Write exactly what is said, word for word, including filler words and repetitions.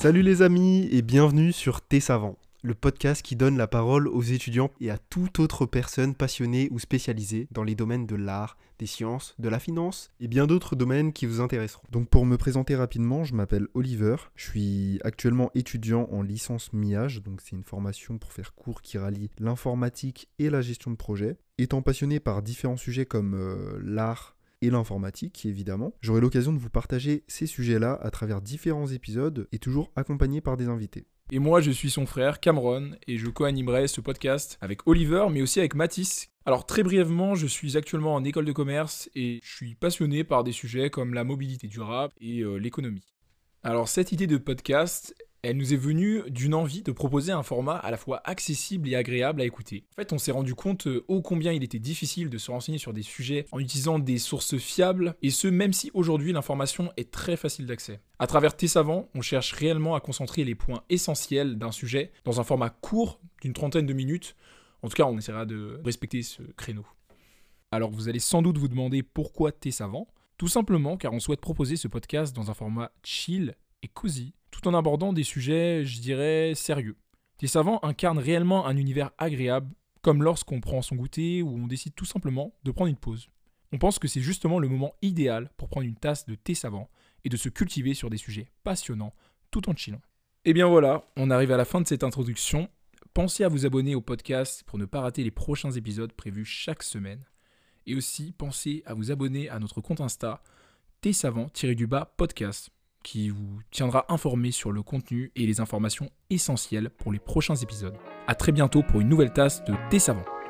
Salut les amis et bienvenue sur Thé Savant, le podcast qui donne la parole aux étudiants et à toute autre personne passionnée ou spécialisée dans les domaines de l'art, des sciences, de la finance et bien d'autres domaines qui vous intéresseront. Donc pour me présenter rapidement, je m'appelle Oliver, je suis actuellement étudiant en licence M I A G, donc c'est une formation pour faire court qui rallie l'informatique et la gestion de projet. Étant passionné par différents sujets comme euh, l'art, et l'informatique, évidemment. J'aurai l'occasion de vous partager ces sujets-là à travers différents épisodes et toujours accompagné par des invités. Et moi, je suis son frère, Cameron, et je co-animerai ce podcast avec Oliver, mais aussi avec Mathis. Alors très brièvement, je suis actuellement en école de commerce et je suis passionné par des sujets comme la mobilité durable et euh, l'économie. Alors cette idée de podcast, elle nous est venue d'une envie de proposer un format à la fois accessible et agréable à écouter. En fait, on s'est rendu compte ô combien il était difficile de se renseigner sur des sujets en utilisant des sources fiables, et ce même si aujourd'hui l'information est très facile d'accès. À travers Thé Savant, on cherche réellement à concentrer les points essentiels d'un sujet dans un format court d'une trentaine de minutes. En tout cas, on essaiera de respecter ce créneau. Alors vous allez sans doute vous demander pourquoi Thé Savant ? Tout simplement car on souhaite proposer ce podcast dans un format chill et cosy, tout en abordant des sujets, je dirais, sérieux. Thé Savant incarne réellement un univers agréable, comme lorsqu'on prend son goûter ou on décide tout simplement de prendre une pause. On pense que c'est justement le moment idéal pour prendre une tasse de thé savant et de se cultiver sur des sujets passionnants tout en chillant. Et bien voilà, on arrive à la fin de cette introduction. Pensez à vous abonner au podcast pour ne pas rater les prochains épisodes prévus chaque semaine. Et aussi, pensez à vous abonner à notre compte Insta, thé savant-du-bas podcast, qui vous tiendra informé sur le contenu et les informations essentielles pour les prochains épisodes. A très bientôt pour une nouvelle tasse de Thé Savant.